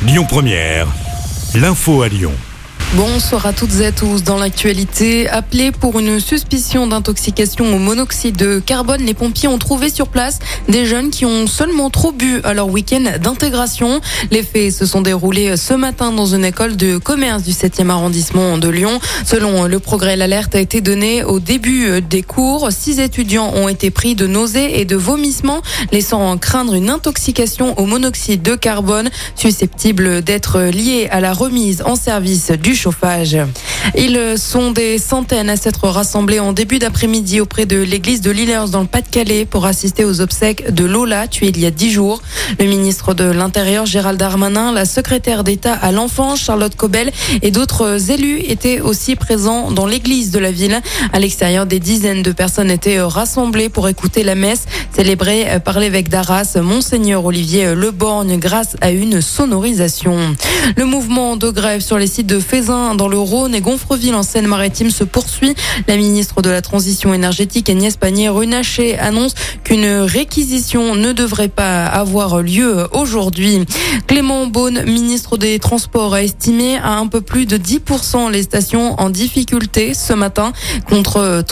Lyon Première, l'info à Lyon. Bonsoir à toutes et à tous. Dans l'actualité, appelés pour une suspicion d'intoxication au monoxyde de carbone, les pompiers ont trouvé sur place des jeunes qui ont seulement trop bu à leur week-end d'intégration. Les faits se sont déroulés ce matin dans une école de commerce du 7e arrondissement de Lyon. Selon Le Progrès, l'alerte a été donnée au début des cours. 6 étudiants ont été pris de nausées et de vomissements, laissant craindre une intoxication au monoxyde de carbone susceptible d'être liée à la remise en service du chauffage. Ils sont des centaines à s'être rassemblés en début d'après-midi auprès de l'église de Lillers dans le Pas-de-Calais pour assister aux obsèques de Lola, tuée il y a 10 jours. Le ministre de l'Intérieur, Gérald Darmanin, la secrétaire d'État à l'enfance, Charlotte Cobel, et d'autres élus étaient aussi présents dans l'église de la ville. À l'extérieur, des dizaines de personnes étaient rassemblées pour écouter la messe célébrée par l'évêque d'Arras, Monseigneur Olivier Leborgne, grâce à une sonorisation. Le mouvement de grève sur les sites de Fézin dans le Rhône et Gonfreville en Seine-Maritime se poursuit. La ministre de la Transition énergétique, Agnès Pannier-Runacher, annonce qu'une réquisition ne devrait pas avoir lieu aujourd'hui. Clément Beaune, ministre des Transports, a estimé à un peu plus de 10% les stations en difficulté ce matin, contre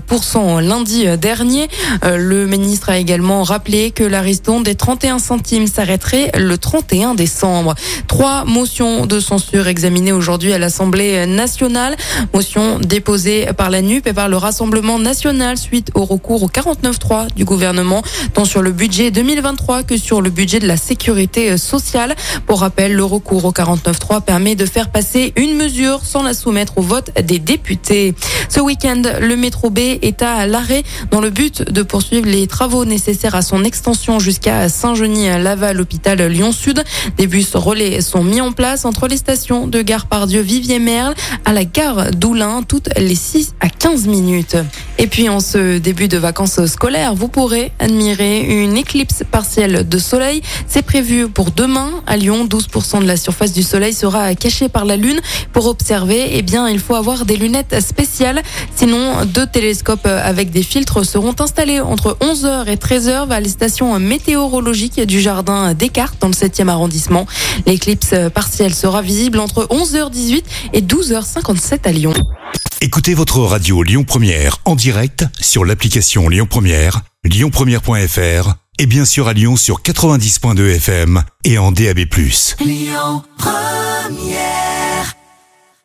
30% lundi dernier. Le ministre a également rappelé que la ristourne des 31 centimes s'arrêterait le 31 décembre. 3 motions de censure examinées aujourd'hui à l'Assemblée nationale. Motion déposée par la NUP et par le Rassemblement national suite au recours au 49.3 du gouvernement, tant sur le budget 2023 que sur le budget de la sécurité sociale. Pour rappel, le recours au 49.3 permet de faire passer une mesure sans la soumettre au vote des députés. Ce week-end, le métro B est à l'arrêt dans le but de poursuivre les travaux nécessaires à son extension jusqu'à Saint-Genis-Laval, hôpital Lyon-Sud. Des bus relais sont mis en place entre les stations de Gare Pardieu, Vivier-Merle à la gare d'Oulin, toutes les 6 à 15 minutes. Et puis en ce début de vacances scolaires, vous pourrez admirer une éclipse partielle de soleil. C'est prévu pour demain à Lyon. 12% de la surface du soleil sera cachée par la lune. Pour observer, il faut avoir des lunettes spéciales. Sinon, 2 télescopes avec des filtres seront installés entre 11h et 13h vers les stations météorologiques du jardin Descartes dans le 7e arrondissement. L'éclipse partielle sera visible entre 11h18 et 12h57 à Lyon. Écoutez votre radio Lyon Première en direct sur l'application Lyon Première, lyonpremière.fr et bien sûr à Lyon sur 90.2 FM et en DAB+. Lyon Première.